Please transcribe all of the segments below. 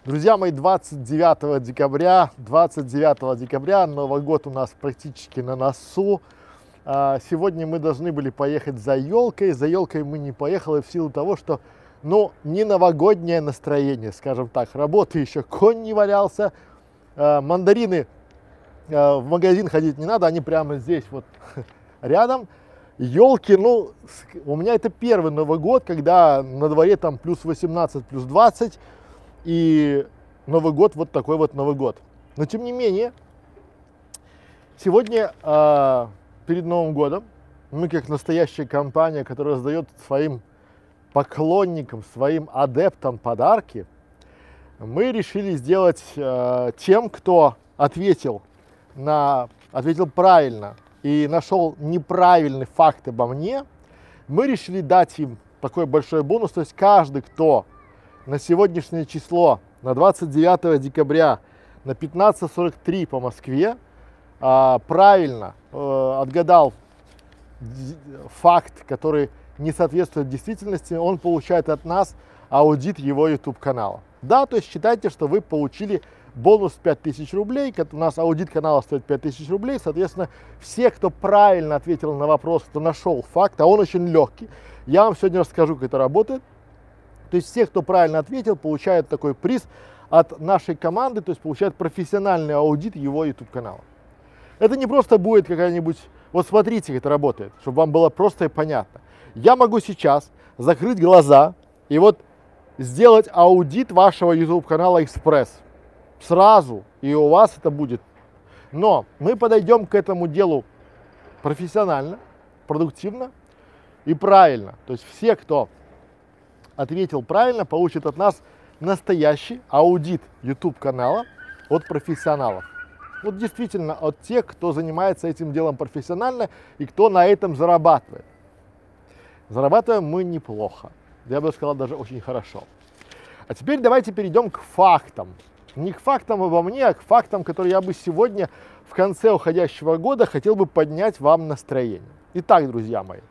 Друзья мои, 29 декабря, Новый год у нас практически на носу. Сегодня мы должны были поехать за елкой мы не поехали в силу того, что, не новогоднее настроение, скажем так, работы еще конь не валялся, мандарины в магазин ходить не надо, они прямо здесь вот рядом. Елки, у меня это первый Новый год, когда на дворе там плюс 18, плюс 20, и Новый год вот такой вот Новый год. Но тем не менее, сегодня перед Новым годом мы, как настоящая компания, которая раздает своим поклонникам, своим адептам подарки, мы решили сделать тем, кто ответил правильно и нашел неправильный факт обо мне, мы решили дать им такой большой бонус. То есть каждый, кто на сегодняшнее число, на 29 декабря, на 15:43 по Москве, правильно отгадал факт, который не соответствует действительности, он получает от нас аудит его YouTube канала. Да, то есть считайте, что вы получили бонус 5000 рублей, у нас аудит канала стоит 5000 рублей, соответственно, все, кто правильно ответил на вопрос, кто нашел факт, а он очень легкий, я вам сегодня расскажу, как это работает. То есть все, кто правильно ответил, получают такой приз от нашей команды, то есть получают профессиональный аудит его YouTube канала. Это не просто будет какая-нибудь, вот смотрите, как это работает, чтобы вам было просто и понятно. Я могу сейчас закрыть глаза и вот сделать аудит вашего YouTube канала Express. Сразу, и у вас это будет. Но мы подойдем к этому делу профессионально, продуктивно и правильно. То есть все, кто ответил правильно, получат от нас настоящий аудит YouTube канала от профессионалов. Вот действительно от тех, кто занимается этим делом профессионально и кто на этом зарабатывает. Зарабатываем мы неплохо. Я бы сказал, даже очень хорошо. А теперь давайте перейдем к фактам. Не к фактам обо мне, а к фактам, которые я бы сегодня в конце уходящего года хотел бы поднять вам настроение. Итак, друзья мои,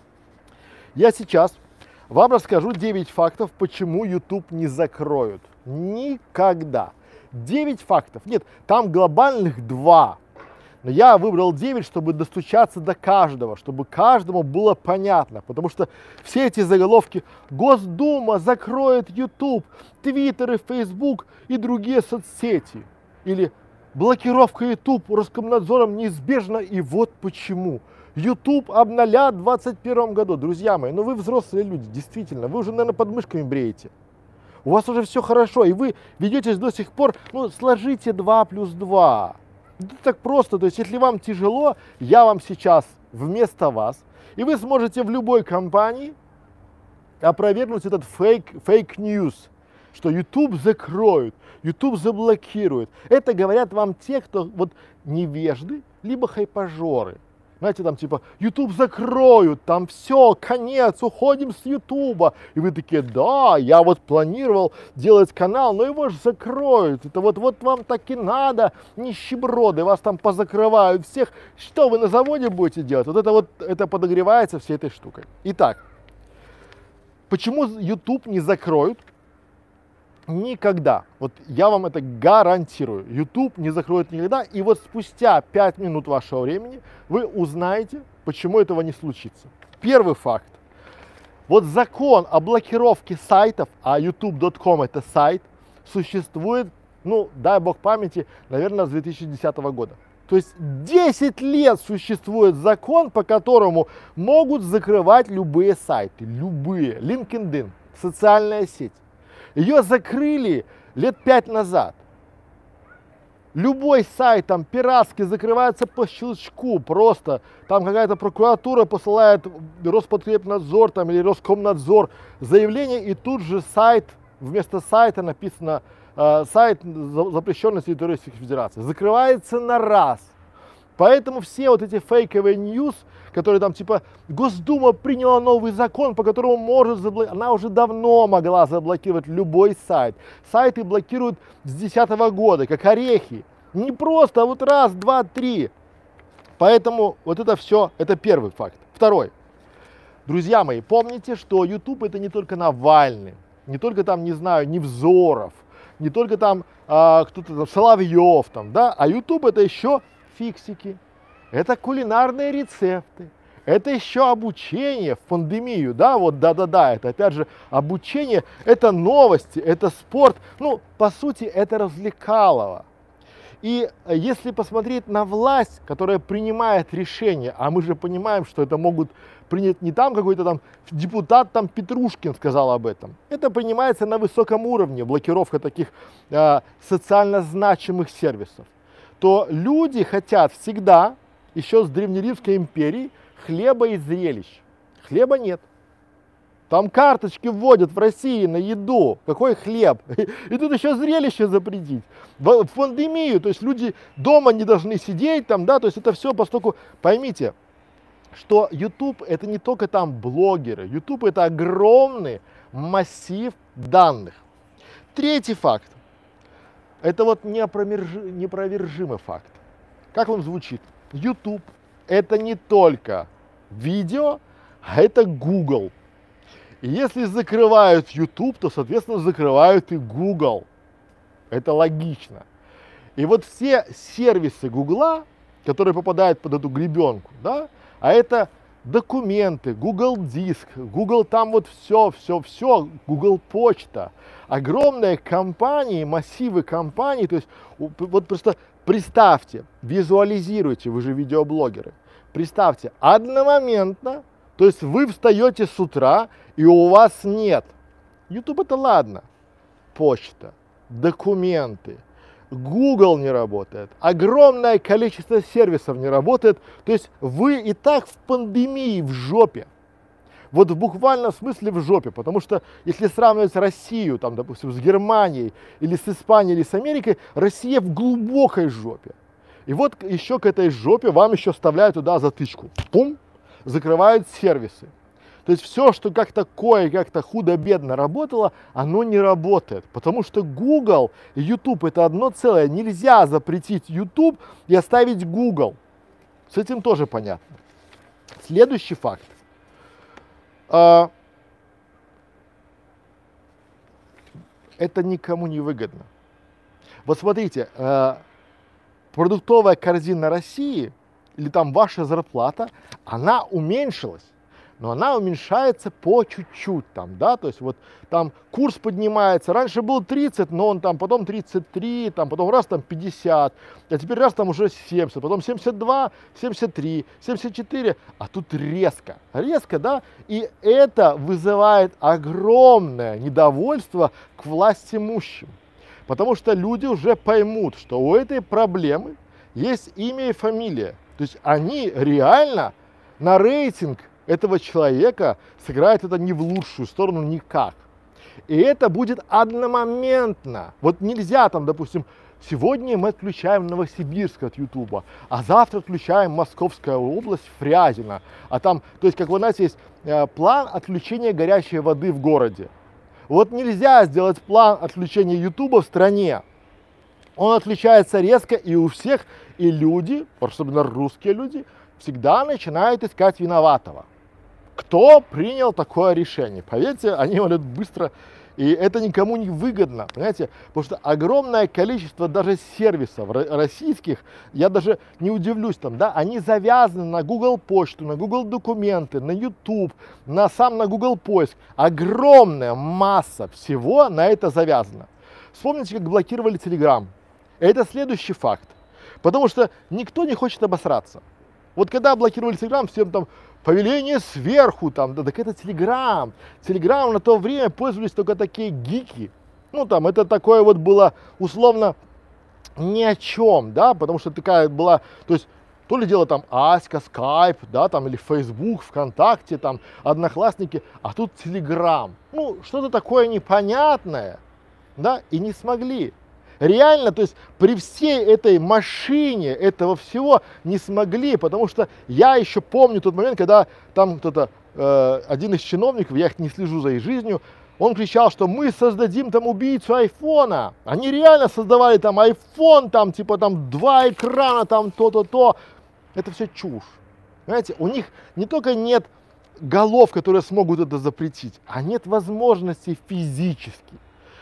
я сейчас вам расскажу 9 фактов, почему YouTube не закроют. Никогда. 9 фактов. Нет, там глобальных 2. Но я выбрал 9, чтобы достучаться до каждого, чтобы каждому было понятно. Потому что все эти заголовки «Госдума закроет YouTube», Twitter и Facebook и другие соцсети. Или «Блокировка YouTube Роскомнадзором неизбежна, и вот почему». YouTube обновят в 2021 году. Друзья мои, вы взрослые люди, действительно, вы уже, наверное, под мышками бреете. У вас уже все хорошо, и вы ведетесь до сих пор, сложите 2 плюс 2. Это так просто, то есть если вам тяжело, я вам сейчас вместо вас, и вы сможете в любой компании опровергнуть этот фейк-ньюс, что YouTube закроют, YouTube заблокируют. Это говорят вам те, кто невежды, либо хайпажоры. Знаете, там типа, YouTube закроют, там все, конец, уходим с YouTube. И вы такие, да, я планировал делать канал, но его же закроют. Это вот вам так и надо, нищеброды, вас там позакрывают всех. Что вы на заводе будете делать? Это подогревается всей этой штукой. Итак, почему YouTube не закроют? Никогда. Я вам это гарантирую. YouTube не закроет никогда. И спустя 5 минут вашего времени вы узнаете, почему этого не случится. Первый факт. Закон о блокировке сайтов, а youtube.com это сайт, существует, дай бог памяти, наверное, с 2010 года. То есть 10 лет существует закон, по которому могут закрывать любые сайты. Любые. LinkedIn, социальная сеть. Ее закрыли лет 5 назад. Любой сайт там пиратский закрывается по щелчку, просто там какая-то прокуратура посылает Роспотребнадзор или Роскомнадзор заявление, и тут же сайт, вместо сайта написано сайт запрещен на территории Российской Федерации. Закрывается на раз. Поэтому все эти фейковые ньюс, которые там типа Госдума приняла новый закон, по которому может заблокировать, она уже давно могла заблокировать любой сайт. Сайты блокируют с 2010 года, как орехи. Не просто, а раз, два, три. Поэтому это все, это первый факт. Второй. Друзья мои, помните, что YouTube это не только Навальный, не только там, не знаю, Невзоров, не только там кто-то там Соловьев, там, да, а YouTube это еще фиксики, это кулинарные рецепты, это еще обучение в пандемию, да, вот да-да-да, это опять же обучение, это новости, это спорт, ну, по сути, это развлекалово. И если посмотреть на власть, которая принимает решения, а мы же понимаем, что это могут принять не там какой-то там депутат, там Петрушкин сказал об этом. Это принимается на высоком уровне, блокировка таких социально значимых сервисов. То люди хотят всегда, еще с Древнеримской империи, хлеба и зрелищ. Хлеба нет. Там карточки вводят в России на еду. Какой хлеб? И тут еще зрелище запретить. В пандемию, то есть люди дома не должны сидеть там, да, то есть это все поскольку, поймите, что YouTube это не только там блогеры, YouTube это огромный массив данных. Третий факт, это вот неопровержимый факт. Как он звучит? YouTube это не только видео, а это Google. И если закрывают YouTube, то, соответственно, закрывают и Google. Это логично. И вот все сервисы Гугла, которые попадают под эту гребенку, да, а это документы, Google Диск, Google там вот все, Google Почта, огромные компании, массивы компаний, то есть вот просто представьте, визуализируйте, вы же видеоблогеры, представьте, одномоментно, то есть вы встаете с утра, и у вас нет. YouTube это ладно. Почта, документы, Google не работает, огромное количество сервисов не работает. То есть вы и так в пандемии в жопе. Вот в буквальном смысле в жопе. Потому что если сравнивать Россию, там, допустим, с Германией, или с Испанией, или с Америкой, Россия в глубокой жопе. И вот еще к этой жопе вам еще вставляют туда затычку. Пум! Закрывают сервисы. То есть все, что как-то как-то худо-бедно работало, оно не работает. Потому что Google и YouTube это одно целое. Нельзя запретить YouTube и оставить Google. С этим тоже понятно. Следующий факт. Это никому не выгодно. Вот смотрите, продуктовая корзина России или там ваша зарплата, она уменьшилась, но она уменьшается по чуть-чуть там, да, то есть вот там курс поднимается, раньше был 30, но он там потом 33, там потом раз там 50, а теперь раз там уже 70, потом 72, 73, 74, а тут резко, да, и это вызывает огромное недовольство к властимущим, потому что люди уже поймут, что у этой проблемы есть имя и фамилия. То есть они реально на рейтинг этого человека сыграют это не в лучшую сторону никак. И это будет одномоментно. Вот нельзя там, допустим, сегодня мы отключаем Новосибирск от Ютуба, а завтра отключаем Московская область, Фрязино. А там, то есть, как вы знаете, есть план отключения горячей воды в городе. Вот нельзя сделать план отключения Ютуба в стране. Он отключается резко, и у всех, и люди, особенно русские люди, всегда начинают искать виноватого. Кто принял такое решение? Поверьте, они говорят быстро, и это никому не выгодно, понимаете? Потому что огромное количество даже сервисов российских, я даже не удивлюсь там, да, они завязаны на Google Почту, на Google Документы, на YouTube, на Google Поиск. Огромная масса всего на это завязана. Вспомните, как блокировали Telegram. Это следующий факт. Потому что никто не хочет обосраться. Вот когда блокировали Telegram, всем там повеление сверху, там, да, так это Telegram. Telegram на то время пользовались только такие гики. Ну, там, это такое вот было условно ни о чем, да, потому что такая была, то есть, то ли дело там Аська, Skype, да, там, или Facebook, ВКонтакте, там, Одноклассники, а тут Telegram. Ну, что-то такое непонятное, да, и не смогли. Реально, то есть при всей этой машине этого всего не смогли, потому что я еще помню тот момент, когда там кто-то, один из чиновников, я их не слежу за их жизнью, он кричал, что мы создадим там убийцу айфона. Они реально создавали там айфон, там типа там 2 экрана, там то-то-то. Это все чушь. Понимаете, у них не только нет голов, которые смогут это запретить, а нет возможности физически.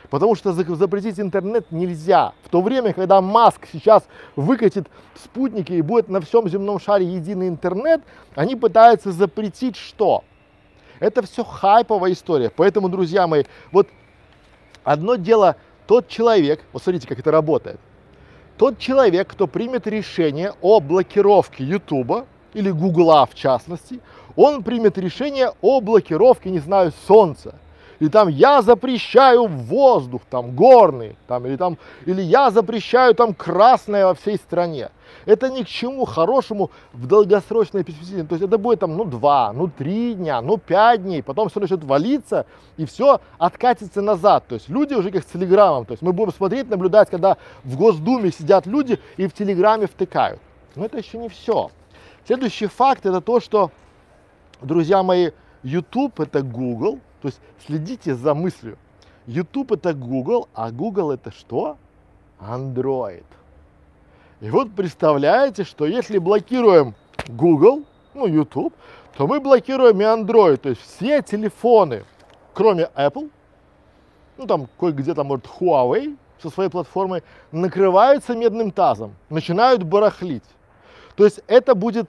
Потому что запретить интернет нельзя. В то время, когда Маск сейчас выкатит спутники и будет на всем земном шаре единый интернет, они пытаются запретить что? Это все хайповая история. Поэтому, друзья мои, вот одно дело, тот человек, вот смотрите, как это работает. Тот человек, кто примет решение о блокировке Ютуба или Гугла в частности, он примет решение о блокировке, не знаю, Солнца. Или там я запрещаю воздух, там горный, там, или я запрещаю там красное во всей стране. Это ни к чему хорошему в долгосрочной перспективе. То есть это будет там, 2, 3 дня, 5 дней, потом все начнет валиться и все откатится назад. То есть люди уже как с Телеграмом. То есть мы будем смотреть, наблюдать, когда в Госдуме сидят люди и в Телеграме втыкают. Но это еще не все. Следующий факт это то, что, друзья мои, YouTube это Google. То есть следите за мыслью. YouTube это Google, а Google это что? Android. И вот представляете, что если блокируем Google, YouTube, то мы блокируем и Android. То есть все телефоны, кроме Apple, там кое-где там может Huawei со своей платформой, накрываются медным тазом, начинают барахлить. То есть это будет,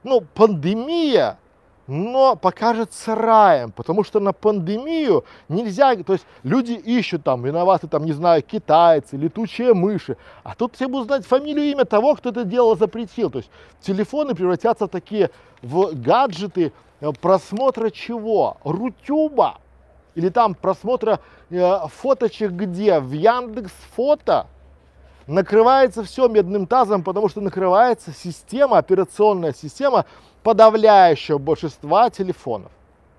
пандемия, но покажется раем, потому что на пандемию нельзя, то есть люди ищут там, виноваты там, не знаю, китайцы, летучие мыши, а тут все будут знать фамилию и имя того, кто это дело запретил. То есть телефоны превратятся такие в гаджеты просмотра чего? Рутюба. Или там просмотра фоточек где? В Яндекс.Фото. Накрывается все медным тазом, потому что накрывается система, операционная система подавляющего большинства телефонов.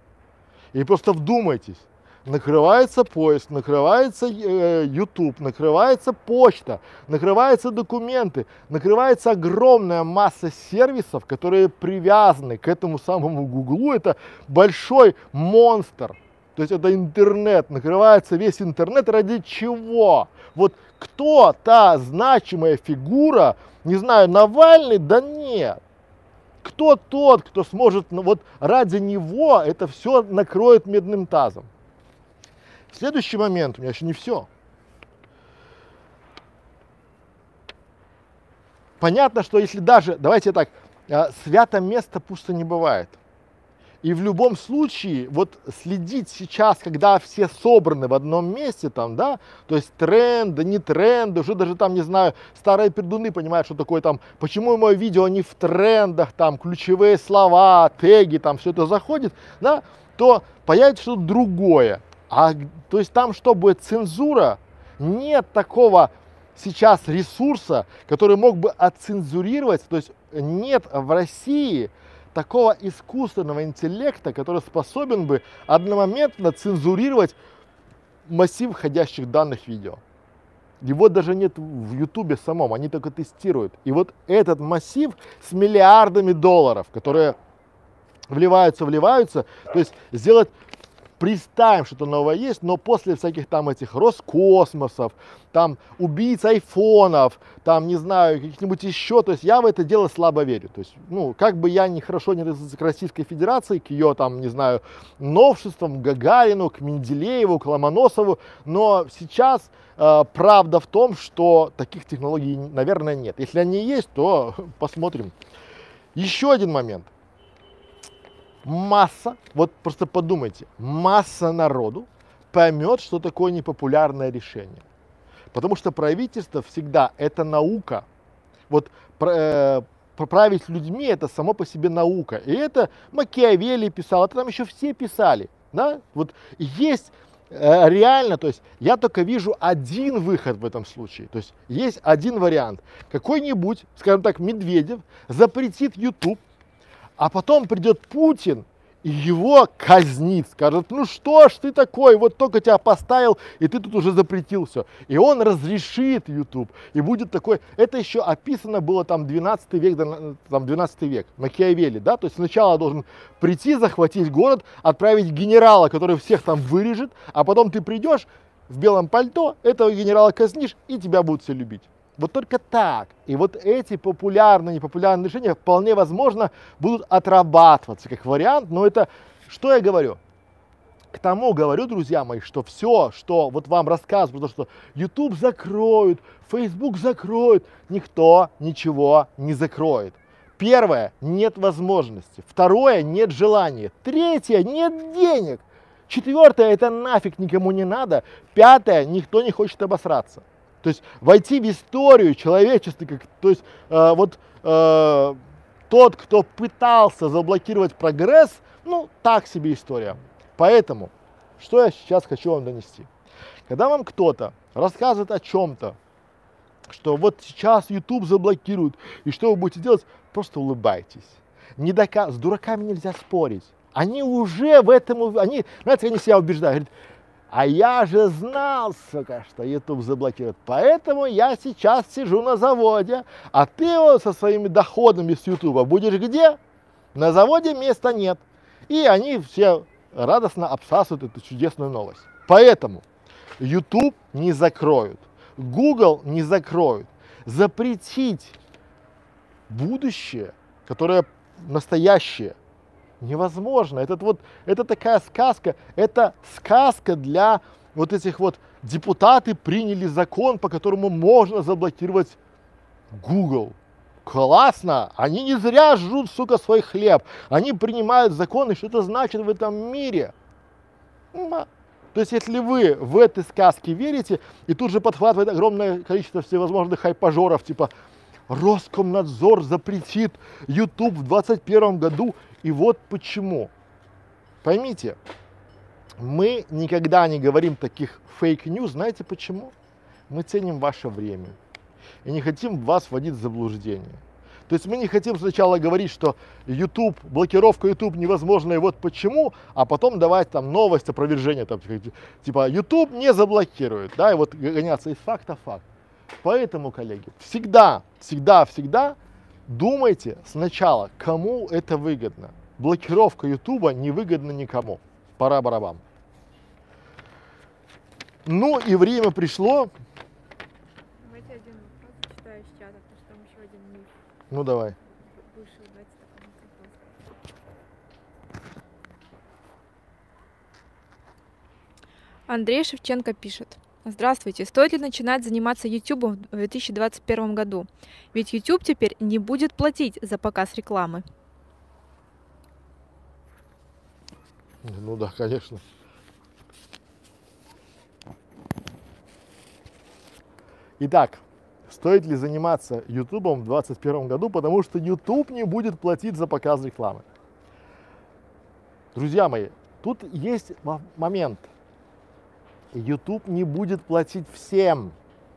И просто вдумайтесь, накрывается поиск, накрывается YouTube, накрывается почта, накрываются документы, накрывается огромная масса сервисов, которые привязаны к этому самому Гуглу. Это большой монстр. То есть это интернет, накрывается весь интернет ради чего? Вот кто та значимая фигура, не знаю, Навальный, да нет. Кто тот, кто сможет, ради него это все накроет медным тазом. Следующий момент, у меня еще не все. Понятно, что если даже, давайте так, свято место пусто не бывает. И в любом случае, следить сейчас, когда все собраны в одном месте, там, да, то есть тренды, не тренды, уже даже там, не знаю, старые пердуны понимают, что такое там, почему мое видео не в трендах, там, ключевые слова, теги, там, все это заходит, да, то появится что-то другое. То есть там что будет, цензура? Нет такого сейчас ресурса, который мог бы отцензурировать, то есть нет в России такого искусственного интеллекта, который способен бы одномоментно цензурировать массив входящих данных видео. Его даже нет в Ютубе самом, они только тестируют. И вот этот массив с миллиардами долларов, которые вливаются, то есть сделать, представим, что-то новое есть, но после всяких там этих Роскосмосов, там убийц айфонов, там, не знаю, каких-нибудь еще, то есть я в это дело слабо верю. То есть, как бы я хорошо не относился к Российской Федерации, к ее там, не знаю, новшествам, к Гагарину, к Менделееву, к Ломоносову, но сейчас правда в том, что таких технологий, наверное, нет. Если они есть, то посмотрим. Еще один момент. Масса, просто подумайте, масса народу поймет, что такое непопулярное решение. Потому что правительство всегда это наука. Править людьми это само по себе наука. И это Макиавелли писал, это там еще все писали. Да? Есть реально, то есть я только вижу один выход в этом случае. То есть есть один вариант. Какой-нибудь, скажем так, Медведев запретит YouTube, а потом придет Путин и его казнит, скажет, что ж ты такой, только тебя поставил, и ты тут уже запретил все. И он разрешит YouTube, и будет такой, это еще описано было там 12 век, Макиавелли, да, то есть сначала должен прийти, захватить город, отправить генерала, который всех там вырежет, а потом ты придешь в белом пальто, этого генерала казнишь, и тебя будут все любить. Только так. И эти популярные, непопулярные решения вполне возможно будут отрабатываться как вариант, но это, что я говорю? к тому говорю, друзья мои, что все, что вот вам рассказывают, что YouTube закроют, Facebook закроют, никто ничего не закроет. Первое, нет возможности. Второе, нет желания. Третье, нет денег. Четвертое, это нафиг никому не надо. Пятое, никто не хочет обосраться. То есть войти в историю человечества, то есть тот, кто пытался заблокировать прогресс, ну, так себе история. Поэтому, что я сейчас хочу вам донести. Когда вам кто-то рассказывает о чем-то, что вот сейчас YouTube заблокируют, и что вы будете делать, просто улыбайтесь. С дураками нельзя спорить. Они уже в этом, знаете, они себя убеждают. Говорят, а я же знал, сука, что YouTube заблокирует, поэтому я сейчас сижу на заводе, а ты вот со своими доходами с YouTube будешь где? На заводе места нет. И они все радостно обсасывают эту чудесную новость. Поэтому YouTube не закроют, Google не закроют. Запретить будущее, которое настоящее, невозможно. Это такая сказка, это сказка для вот этих вот депутаты приняли закон, по которому можно заблокировать Google. Классно, они не зря жрут, сука, свой хлеб, они принимают законы, что это значит в этом мире. То есть, если вы в этой сказке верите, и тут же подхватывает огромное количество всевозможных хайпажоров, типа Роскомнадзор запретит YouTube в 2021 году, и вот почему. Поймите, мы никогда не говорим таких фейк-ньюс, знаете почему? Мы ценим ваше время и не хотим вас вводить в заблуждение. То есть мы не хотим сначала говорить, что YouTube, блокировка YouTube невозможна и вот почему, а потом давать там новость, опровержение, там, типа YouTube не заблокирует, да, и вот гоняться из факта в факт. Поэтому, коллеги, всегда думайте сначала, кому это выгодно. Блокировка YouTube не выгодна никому. Пора барабан. Ну и время пришло. Давайте один вопрос зачитаю из чата, потому что там еще один миф Ну давай. вышел. Давайте такой микрофон. Андрей Шевченко пишет. Здравствуйте. Стоит ли начинать заниматься YouTube в 2021 году? Ведь YouTube теперь не будет платить за показ рекламы. Ну да, конечно. Итак, стоит ли заниматься YouTube в 2021 году, потому что YouTube не будет платить за показ рекламы? Друзья мои, тут есть момент. YouTube не будет платить всем,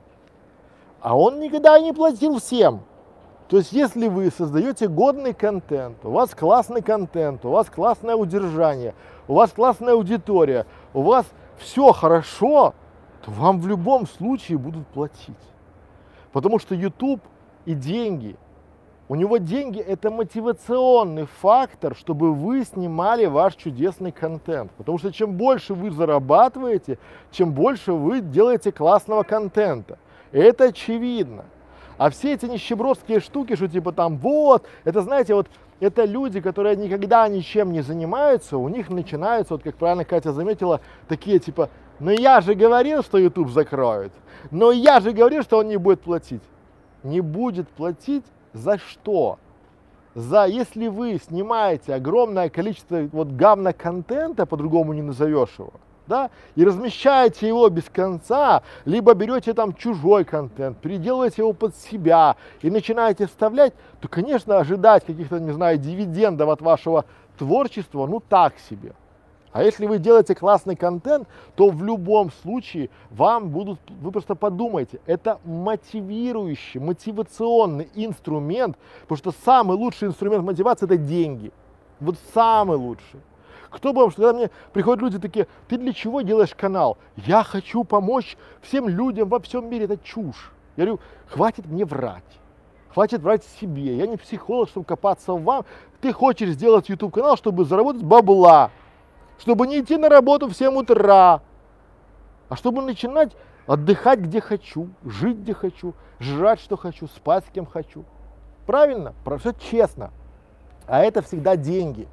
а он никогда не платил всем. То есть, если вы создаете годный контент, у вас классный контент, у вас классное удержание, у вас классная аудитория, у вас все хорошо, то вам в любом случае будут платить. Потому что YouTube и деньги, у него деньги это мотивационный фактор, чтобы вы снимали ваш чудесный контент. Потому что чем больше вы зарабатываете, чем больше вы делаете классного контента. И это очевидно. А все эти нищебродские штуки, что типа там вот, это знаете, вот это люди, которые никогда ничем не занимаются, у них начинаются, вот как правильно Катя заметила, такие типа, ну я же говорил, что YouTube закроют, но я же говорил, что он не будет платить. Не будет платить за что? Если вы снимаете огромное количество вот говно-контента, по-другому не назовешь его, да, и размещаете его без конца, либо берете там чужой контент, переделываете его под себя и начинаете вставлять, то, конечно, ожидать каких-то, не знаю, дивидендов от вашего творчества, ну так себе. А если вы делаете классный контент, то в любом случае вы просто подумайте, это мотивирующий, мотивационный инструмент, потому что самый лучший инструмент мотивации – это деньги. Вот самый лучший. Кто бы вам, когда мне приходят люди такие, ты для чего делаешь канал? Я хочу помочь всем людям во всем мире, это чушь. Я говорю, хватит мне врать. Хватит врать себе. Я не психолог, чтобы копаться в вам. Ты хочешь сделать YouTube канал, чтобы заработать бабла. Чтобы не идти на работу в 7 утра, а чтобы начинать отдыхать где хочу, жить где хочу, жрать что хочу, спать с кем хочу. Правильно? Про все честно. А это всегда деньги.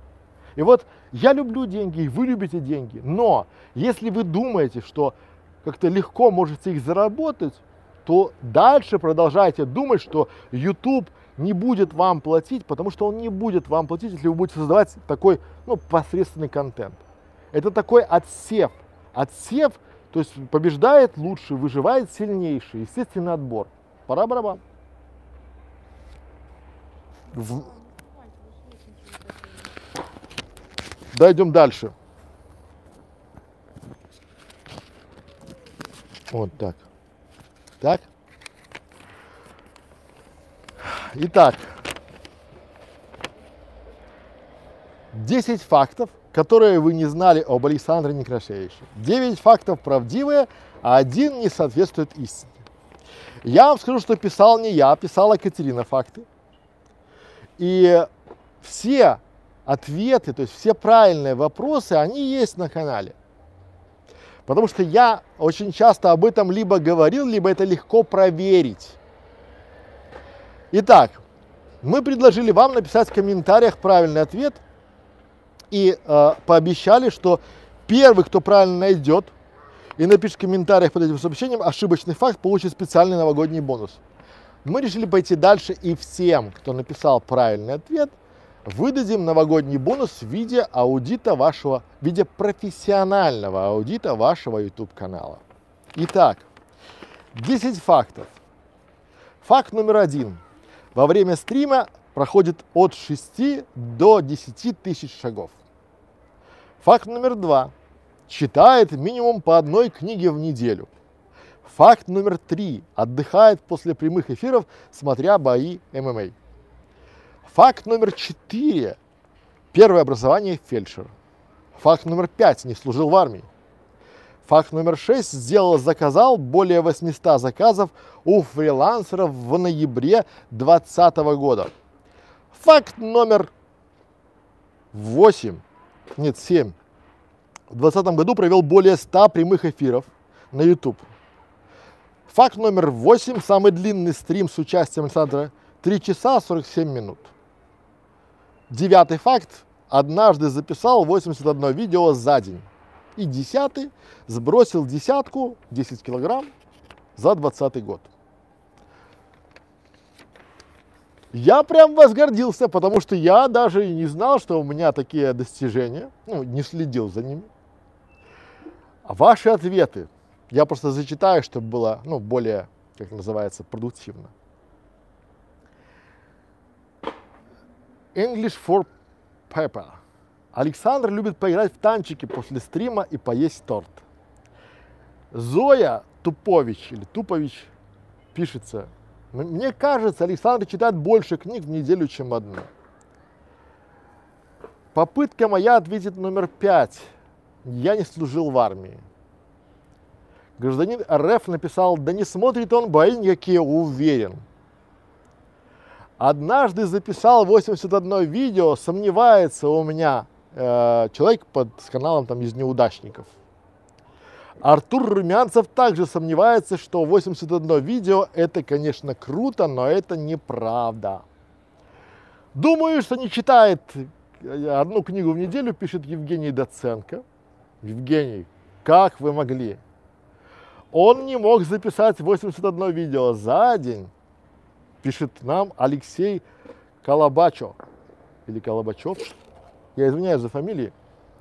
И вот я люблю деньги, и вы любите деньги, но если вы думаете, что как-то легко можете их заработать, то дальше продолжайте думать, что YouTube не будет вам платить, потому что он не будет вам платить, если вы будете создавать такой, ну, посредственный контент. Это такой отсев. Отсев, то есть побеждает лучший, выживает сильнейший, естественный отбор. Пора барабан. Дойдем дальше. Вот так. Так. Итак, 10 фактов, которые вы не знали об Александре Некрашевиче. 9 фактов правдивые, а 1 не соответствует истине. Я вам скажу, что писал не я, писала Катерина факты. И все ответы, то есть все правильные вопросы, они есть на канале. Потому что я очень часто об этом либо говорил, либо это легко проверить. Итак, мы предложили вам написать в комментариях правильный ответ и пообещали, что первый, кто правильно найдет и напишет в комментариях под этим сообщением ошибочный факт, получит специальный новогодний бонус. Мы решили пойти дальше и всем, кто написал правильный ответ, выдадим новогодний бонус в виде аудита вашего, в виде профессионального аудита вашего YouTube канала. Итак, 10 фактов. Факт номер 1. Во время стрима проходит от 6 до 10 тысяч шагов. Факт номер 2. Читает минимум по одной книге в неделю. Факт номер 3. Отдыхает после прямых эфиров, смотря бои ММА. Факт номер 4. Первое образование фельдшер. Факт номер 5. Не служил в армии. Факт номер 6. Заказал более 800 заказов у фрилансеров в ноябре 2020 года. Факт номер 7. В 2020 году провел более 100 прямых эфиров на YouTube. Факт номер 8. Самый длинный стрим с участием Александра 3 часа 47 минут. 9 факт. Однажды записал 81 видео за день. И 10. Сбросил 10 килограмм за 2020 год. Я прям возгордился, потому что я даже и не знал, что у меня такие достижения, ну, не следил за ними. А ваши ответы я просто зачитаю, чтобы было, ну, более, как называется, продуктивно. English for Pepper. Александр любит поиграть в танчики после стрима и поесть торт. Зоя Тупович или Тупович пишется. Мне кажется, Александр читает больше книг в неделю, чем одну. Попытка моя ответить номер 5. Я не служил в армии. Гражданин РФ написал, да не смотрит он бои никакие, уверен. Однажды записал 81 видео, сомневается у меня человек с каналом там из неудачников. Артур Румянцев также сомневается, что 81 видео это, конечно, круто, но это неправда. Думаю, что не читает одну книгу в неделю, пишет Евгений Доценко. Евгений, как вы могли? Он не мог записать 81 видео за день, пишет нам Алексей Колобачев. Или Колобачев. Я извиняюсь за фамилии.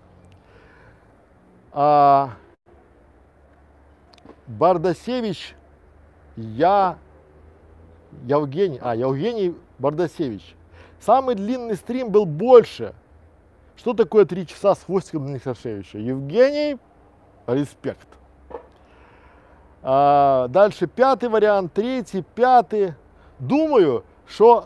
Бардасевич, Евгений Бардасевич. Самый длинный стрим был больше. Что такое 3 часа с хвостиком для Некрашевича? Евгений, респект. Дальше 5-й вариант, 3-й, 5-й. Думаю, що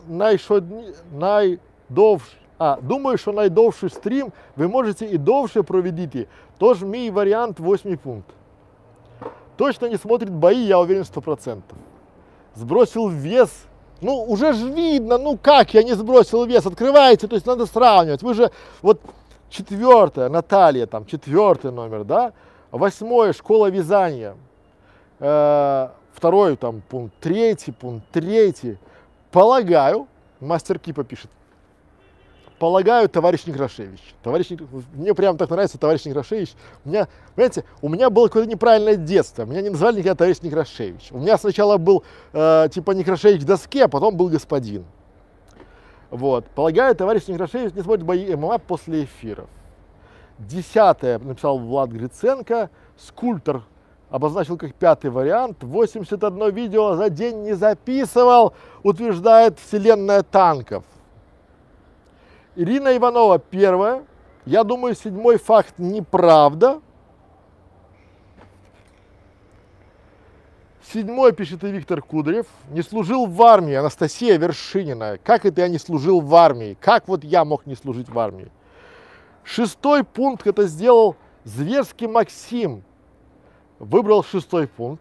найдовший стрім ви можете і довше проведите. Тож мій варіант 8-й пункт. Точно не смотрит бои, я уверен 100%. Сбросил вес. Ну, уже же видно, ну как я не сбросил вес. Открываете, то есть надо сравнивать. Вы же, вот 4-я, Наталья, там, 4-й номер, да? 8-й, школа вязания. 2-й, там, пункт 3-й, пункт 3-й. Полагаю, мастер Кипа пишет. полагаю, товарищ Некрашевич. Мне прям так нравится товарищ Некрашевич. Понимаете, у меня было какое-то неправильное детство. Меня не называли никогда товарищ Некрашевич. У меня сначала был типа Некрашевич в доске, а потом был господин. Вот. Полагаю, товарищ Некрашевич не смотрит бои ММА после эфиров. 10-е написал Влад Гриценко. Скульптор обозначил как 5-й вариант. 81 видео за день не записывал, утверждает вселенная танков. Ирина Иванова 1-я. Я думаю, 7-й факт неправда. 7-й, пишет и Виктор Кудрев, не служил в армии. Анастасия Вершинина. Как это я не служил в армии? Как вот я мог не служить в армии? 6-й пункт это сделал Зверский Максим. Выбрал 6-й пункт.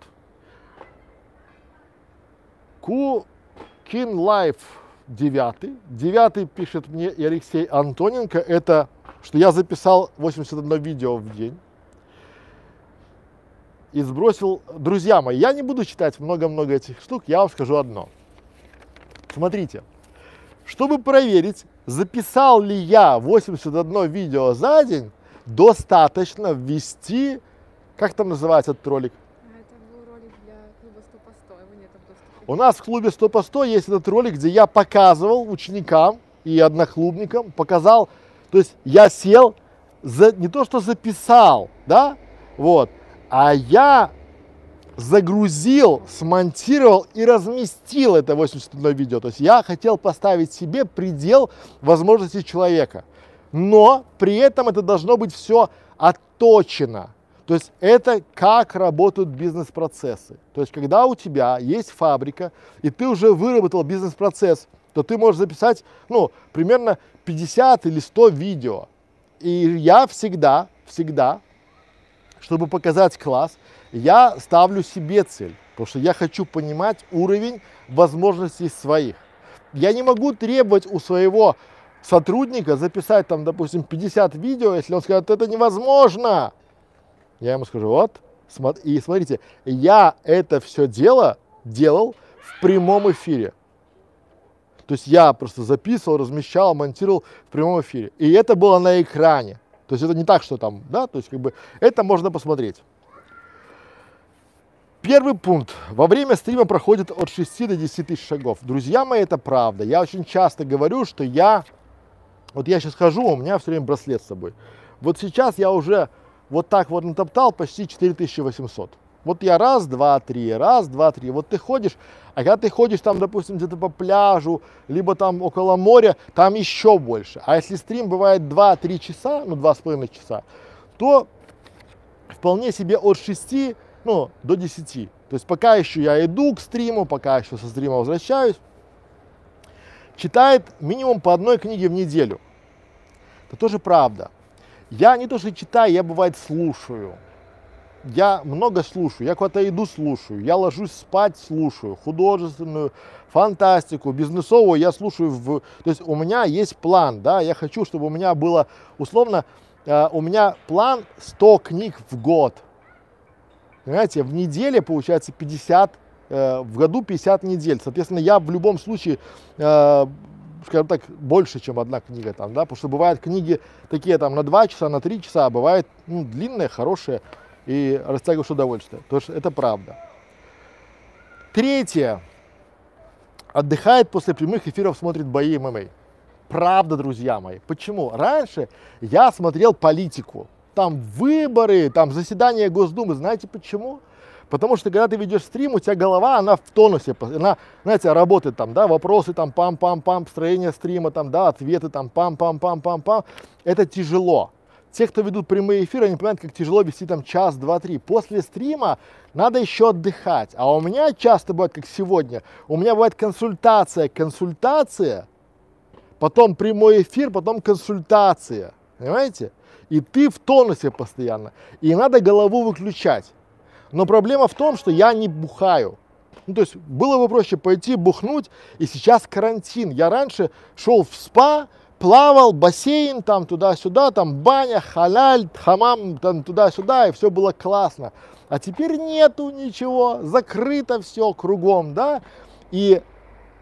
Кин Лайф 9-й. 9-й пишет мне и Алексей Антоненко. Это, что я записал 81 видео в день. И сбросил. Друзья мои, я не буду читать много-много этих штук, я вам скажу одно. Смотрите, чтобы проверить, записал ли я 81 видео за день, достаточно ввести, как там называется этот ролик? Это был ролик для клуба 100 по 100, его нет в доступе. У нас в клубе 100 по 100 есть этот ролик, где я показывал ученикам и одноклубникам, показал, то есть я сел, не то что записал, да, вот, а я загрузил, смонтировал и разместил это 81 видео. То есть я хотел поставить себе предел возможностей человека. Но при этом это должно быть все отточено. То есть это как работают бизнес-процессы. То есть когда у тебя есть фабрика, и ты уже выработал бизнес-процесс, то ты можешь записать, ну, примерно 50 или 100 видео. И я всегда, чтобы показать класс, я ставлю себе цель, потому что я хочу понимать уровень возможностей своих. Я не могу требовать у своего сотрудника записать там, допустим, 50 видео, если он скажет, это невозможно. Я ему скажу, вот, и смотрите, я это все дело делал в прямом эфире. То есть я просто записывал, размещал, монтировал в прямом эфире. И это было на экране. То есть это не так, что там, да, то есть как бы это можно посмотреть. Первый пункт. Во время стрима проходит от 6 до 10 тысяч шагов. Друзья мои, это правда. Я очень часто говорю, что вот я сейчас хожу, у меня все время браслет с собой. Вот сейчас я уже вот так вот натоптал почти 4800. Вот я раз, два, три. Вот ты ходишь, а когда ты ходишь там, допустим, где-то по пляжу, либо там около моря, там еще больше. А если стрим бывает 2-3 часа, ну 2,5 часа, то вполне себе от 6 до 10. То есть пока еще я иду к стриму, пока еще со стрима возвращаюсь, читает минимум по одной книге в неделю. Это тоже правда. Я не то что читаю, я бывает слушаю. Я много слушаю, я куда-то иду слушаю, я ложусь спать слушаю, художественную, фантастику, бизнесовую я слушаю. То есть у меня есть план, да, я хочу, чтобы у меня было, условно, у меня план 100 книг в год. Понимаете, в неделе получается 50, в году 50 недель. Соответственно, я в любом случае, скажем так, больше, чем одна книга там, да, потому что бывают книги такие там на 2 часа, на 3 часа, а бывает длинные, хорошие и растягиваешь удовольствие. То есть это правда. Третье. Отдыхает после прямых эфиров, смотрит бои ММА. Правда, друзья мои. Почему? Раньше я смотрел политику. Там выборы, там заседания Госдумы. Знаете почему? Потому что когда ты ведешь стрим, у тебя голова, она в тонусе. Она, знаете, работает там, да, вопросы там пам-пам-пам, строение стрима там, да, ответы там пам-пам-пам-пам-пам. Это тяжело. Те, кто ведут прямые эфиры, они понимают, как тяжело вести там час, два, три. После стрима надо еще отдыхать. А у меня часто бывает, как сегодня, у меня бывает консультация, потом прямой эфир, потом консультация. Понимаете? И ты в тонусе постоянно. И надо голову выключать. Но проблема в том, что я не бухаю. Ну, то есть было бы проще пойти бухнуть, и сейчас карантин. Я раньше шел в спа, плавал, бассейн, там туда-сюда, там баня, халяль, хамам, там туда-сюда, и все было классно. А теперь нету ничего, закрыто все кругом, да, и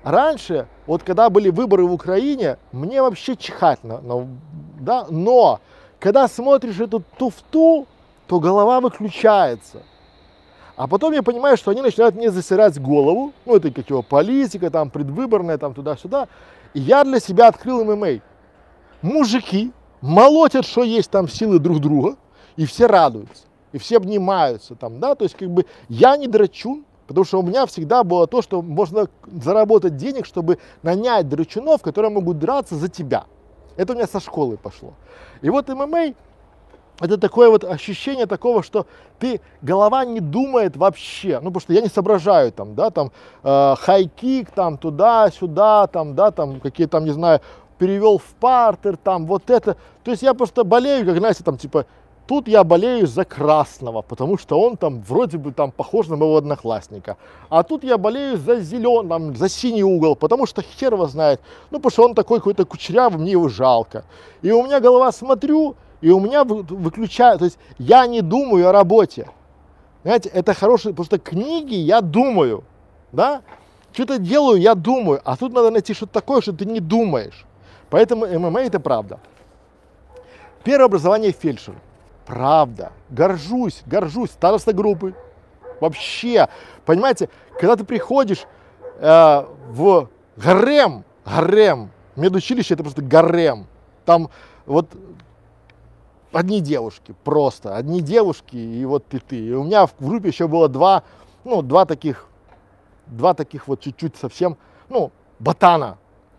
раньше, вот когда были выборы в Украине, мне вообще чихать, да, но когда смотришь эту туфту, то голова выключается. А потом я понимаю, что они начинают мне засирать голову, ну это как его политика, там предвыборная, там туда-сюда. И я для себя открыл ММА. Мужики молотят, что есть там силы друг друга, и все радуются, и все обнимаются там, да, то есть как бы я не драчун, потому что у меня всегда было то, что можно заработать денег, чтобы нанять драчунов, которые могут драться за тебя. Это у меня со школы пошло. И вот ММА это такое вот ощущение такого, что ты, голова не думает вообще, ну, потому что я не соображаю там, да, там, хай-кик, там, туда-сюда, там, да, там, какие там, не знаю, перевел в партер, там, вот это. То есть я просто болею, как, знаете, там, типа, тут я болею за красного, потому что он там вроде бы там похож на моего одноклассника. А тут я болею за зеленый, за синий угол, потому что хер его знает. Ну, потому что он такой какой-то кучерявый, мне его жалко. И у меня голова, смотрю, и у меня выключают, то есть я не думаю о работе. Знаете, это хорошее, потому что книги я думаю, да, что-то делаю, я думаю, а тут надо найти что-то такое, что ты не думаешь. Поэтому ММА это правда. Первое образование фельдшер. Правда. Горжусь, староста группы. Вообще, понимаете, когда ты приходишь в гарем, медучилище это просто гарем. Там вот одни девушки, просто одни девушки, и вот ты. И у меня в группе еще было два таких вот чуть-чуть совсем, ботана.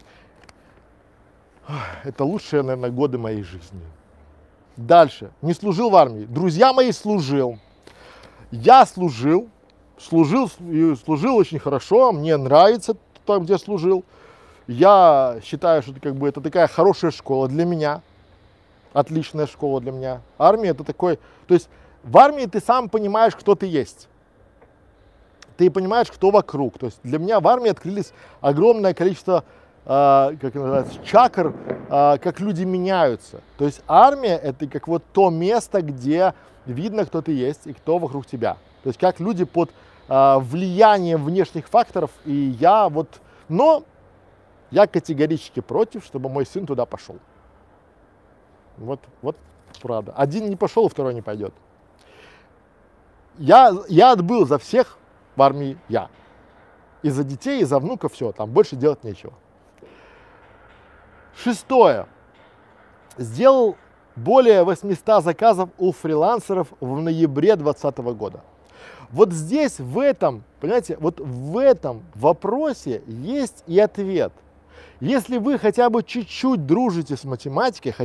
Это лучшие, наверное, годы моей жизни. Дальше. Не служил в армии. Друзья мои, служил. Я служил и служил очень хорошо. Мне нравится там, где служил. Я считаю, что это такая хорошая школа для меня. Отличная школа для меня. Армия это такой, то есть в армии ты сам понимаешь, кто ты есть. Ты понимаешь, кто вокруг. То есть для меня в армии открылись огромное количество, как это называется, чакр, как люди меняются. То есть армия это как вот то место, где видно, кто ты есть и кто вокруг тебя. То есть как люди под влиянием внешних факторов, и но я категорически против, чтобы мой сын туда пошел. Вот правда. Один не пошел, второй не пойдет. Я отбыл за всех в армии я. И за детей, и за внуков, все, там больше делать нечего. Шестое. Сделал более 800 заказов у фрилансеров в ноябре 2020 года. Вот здесь, в этом, понимаете, вот в этом вопросе есть и ответ. Если вы хотя бы чуть-чуть дружите с математикой,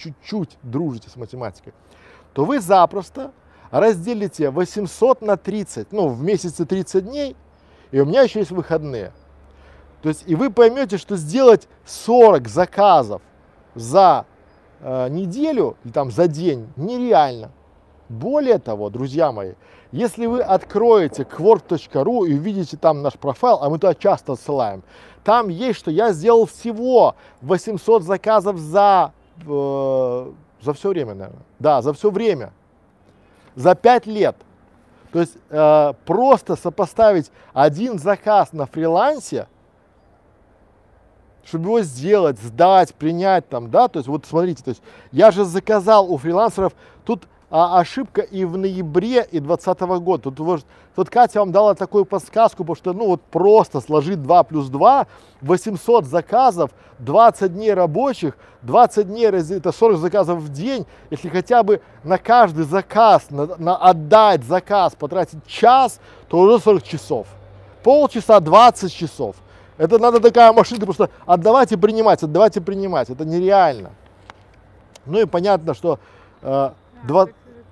то вы запросто разделите 800 на 30, в месяце 30 дней, и у меня еще есть выходные. То есть, и вы поймете, что сделать 40 заказов за неделю или там за день нереально. Более того, друзья мои, если вы откроете quark.ru и увидите там наш профайл, а мы туда часто отсылаем, там есть, что я сделал всего 800 заказов за все время, наверное. Да, за все время. За 5 лет. То есть просто сопоставить один заказ на фрилансе, чтобы его сделать, сдать, принять там, да, то есть вот смотрите, то есть я же заказал у фрилансеров, тут ошибка и в ноябре и 2020 года. Тут Катя вам дала такую подсказку, потому что, просто сложить 2 плюс 2, 800 заказов, 20 дней рабочих, 20 дней, это 40 заказов в день. Если хотя бы на каждый заказ, на отдать заказ потратить час, то уже 40 часов. Полчаса, 20 часов. Это надо такая машинка, потому что отдавать и принимать, это нереально. Ну и понятно, что У нас два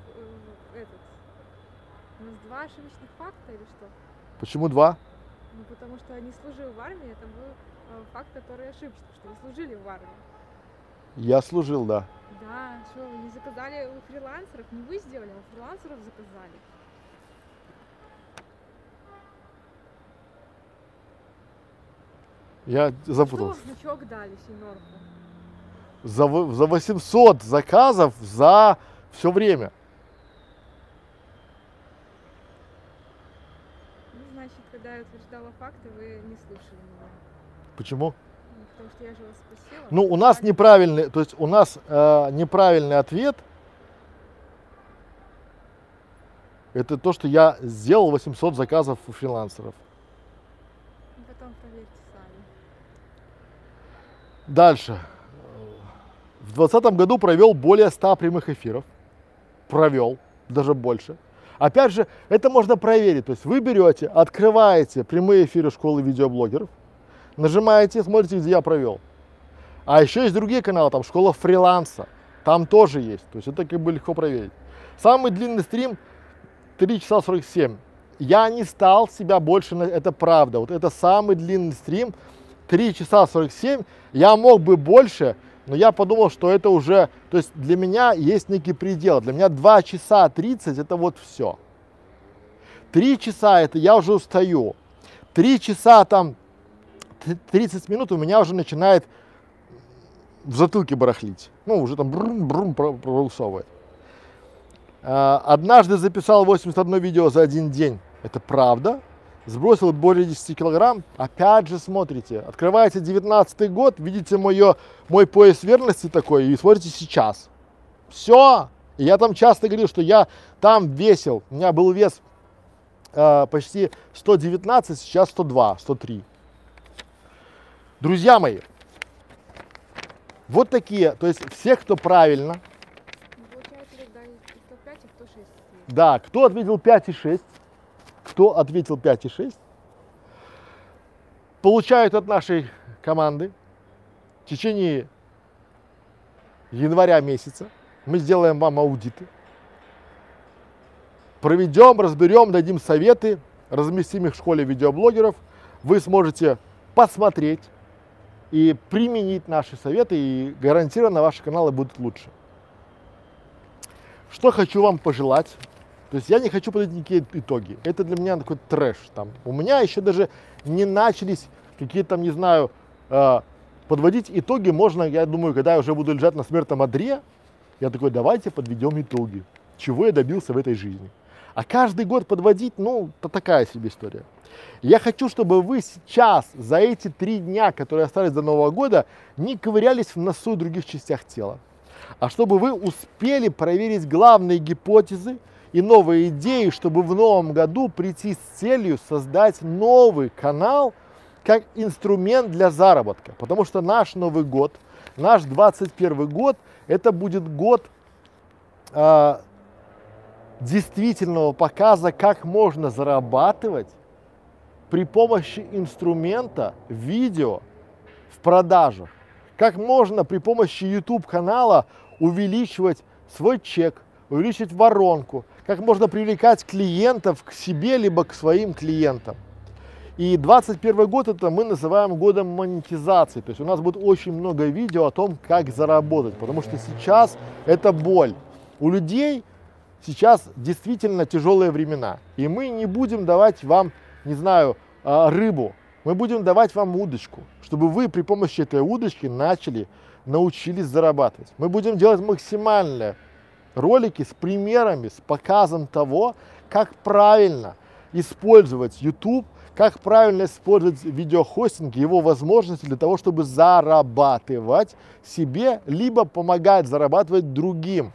ошибочных факта или что? Почему 2? Ну, потому что не служил в армии, это был факт, который ошибочный, что вы служили в армии. Я служил, да. Да, что вы не заказали у фрилансеров, не вы сделали, а у фрилансеров заказали. Я запутался. Что значок дали, семерку? За 800 заказов за все время. Ну, значит, когда я утверждала факты, вы не слушали меня. Почему? Потому что я же вас спросила. Ну, у нас неправильный, то есть у нас неправильный ответ. Это то, что я сделал 800 заказов у фрилансеров. Потом проверьте сами. Дальше. В 2020 году провел более 100 прямых эфиров. Провел, даже больше. Опять же, это можно проверить. То есть вы берете, открываете прямые эфиры школы видеоблогеров, нажимаете, смотрите, где я провел. А еще есть другие каналы, там школа фриланса, там тоже есть. То есть это как бы легко проверить. Самый длинный стрим 3 часа 47. Я не стал себя больше, это правда. Вот это самый длинный стрим, 3 часа 47. Я мог бы больше, но я подумал, что это уже, то есть для меня есть некий предел. Для меня 2 часа 30 это вот все. 3 часа это я уже устаю. 3 часа там 30 минут у меня уже начинает в затылке барахлить. Ну, уже там брум-брум проусовывает. Однажды записал 81 видео за один день. Это правда. Сбросил более 10 килограмм. Опять же смотрите. Открываете 19 год, видите мой пояс верности такой и смотрите сейчас. Все. И я там часто говорил, что я там весил. У меня был вес почти 119, сейчас 102, 103. Друзья мои, вот такие, то есть все, кто правильно. Получается, тогда кто 5, а кто 6. Да, кто ответил 5 и 6, кто ответил 5 и 6, получают от нашей команды в течение января месяца. Мы сделаем вам аудиты. Проведем, разберем, дадим советы, разместим их в школе видеоблогеров. Вы сможете посмотреть и применить наши советы, и гарантированно ваши каналы будут лучше. Что хочу вам пожелать. То есть я не хочу подать никакие итоги. Это для меня такой трэш. Там. У меня еще даже не начались какие-то, не знаю, подводить итоги можно, я думаю, когда я уже буду лежать на смертном одре, я такой, давайте подведем итоги. Чего я добился в этой жизни. А каждый год подводить, ну, это такая себе история. Я хочу, чтобы вы сейчас, за эти 3 дня, которые остались до Нового года, не ковырялись в носу и других частях тела, а чтобы вы успели проверить главные гипотезы и новые идеи, чтобы в новом году прийти с целью создать новый канал как инструмент для заработка. Потому что наш Новый год, наш 21 год, это будет год действительного показа, как можно зарабатывать при помощи инструмента видео в продажах. Как можно при помощи YouTube канала увеличивать свой чек, увеличить воронку, как можно привлекать клиентов к себе, либо к своим клиентам. И 21 год это мы называем годом монетизации. То есть у нас будет очень много видео о том, как заработать, потому что сейчас это боль. У людей сейчас действительно тяжелые времена, и мы не будем давать вам, не знаю, рыбу, мы будем давать вам удочку, чтобы вы при помощи этой удочки научились зарабатывать. Мы будем делать максимальные ролики с примерами, с показом того, как правильно использовать YouTube, как правильно использовать видеохостинг, его возможности для того, чтобы зарабатывать себе, либо помогать зарабатывать другим.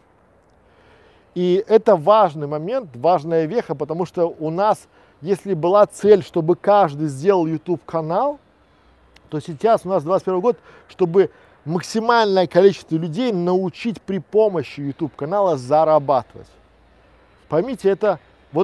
И это важный момент, важная веха, потому что у нас, если была цель, чтобы каждый сделал YouTube-канал, то сейчас у нас 21 год, чтобы максимальное количество людей научить при помощи YouTube-канала зарабатывать. Поймите, это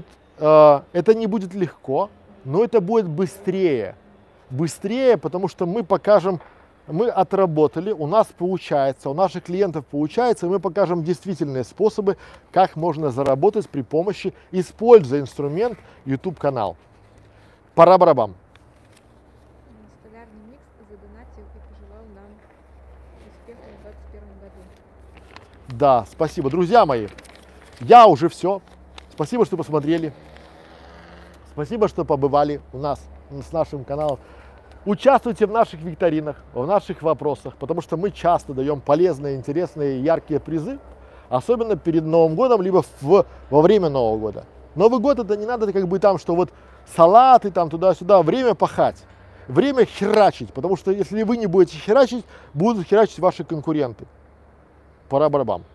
не будет легко, но это будет быстрее. Быстрее, потому что мы покажем, мы отработали, у нас получается, у наших клиентов получается, и мы покажем действительные способы, как можно заработать при помощи, используя инструмент YouTube-канал. Пара-барабам. Столярный микс задонатил и пожелал нам успехов в 2021 году. Да, спасибо. Друзья мои, я уже все. Спасибо, что посмотрели. Спасибо, что побывали у нас с нашим каналом. Участвуйте в наших викторинах, в наших вопросах, потому что мы часто даем полезные, интересные, яркие призы, особенно перед Новым годом, либо во время Нового года. Новый год это не надо как бы там, что вот салаты там туда-сюда, время пахать. время херачить, потому что если вы не будете херачить, будут херачить ваши конкуренты. Пора барабан.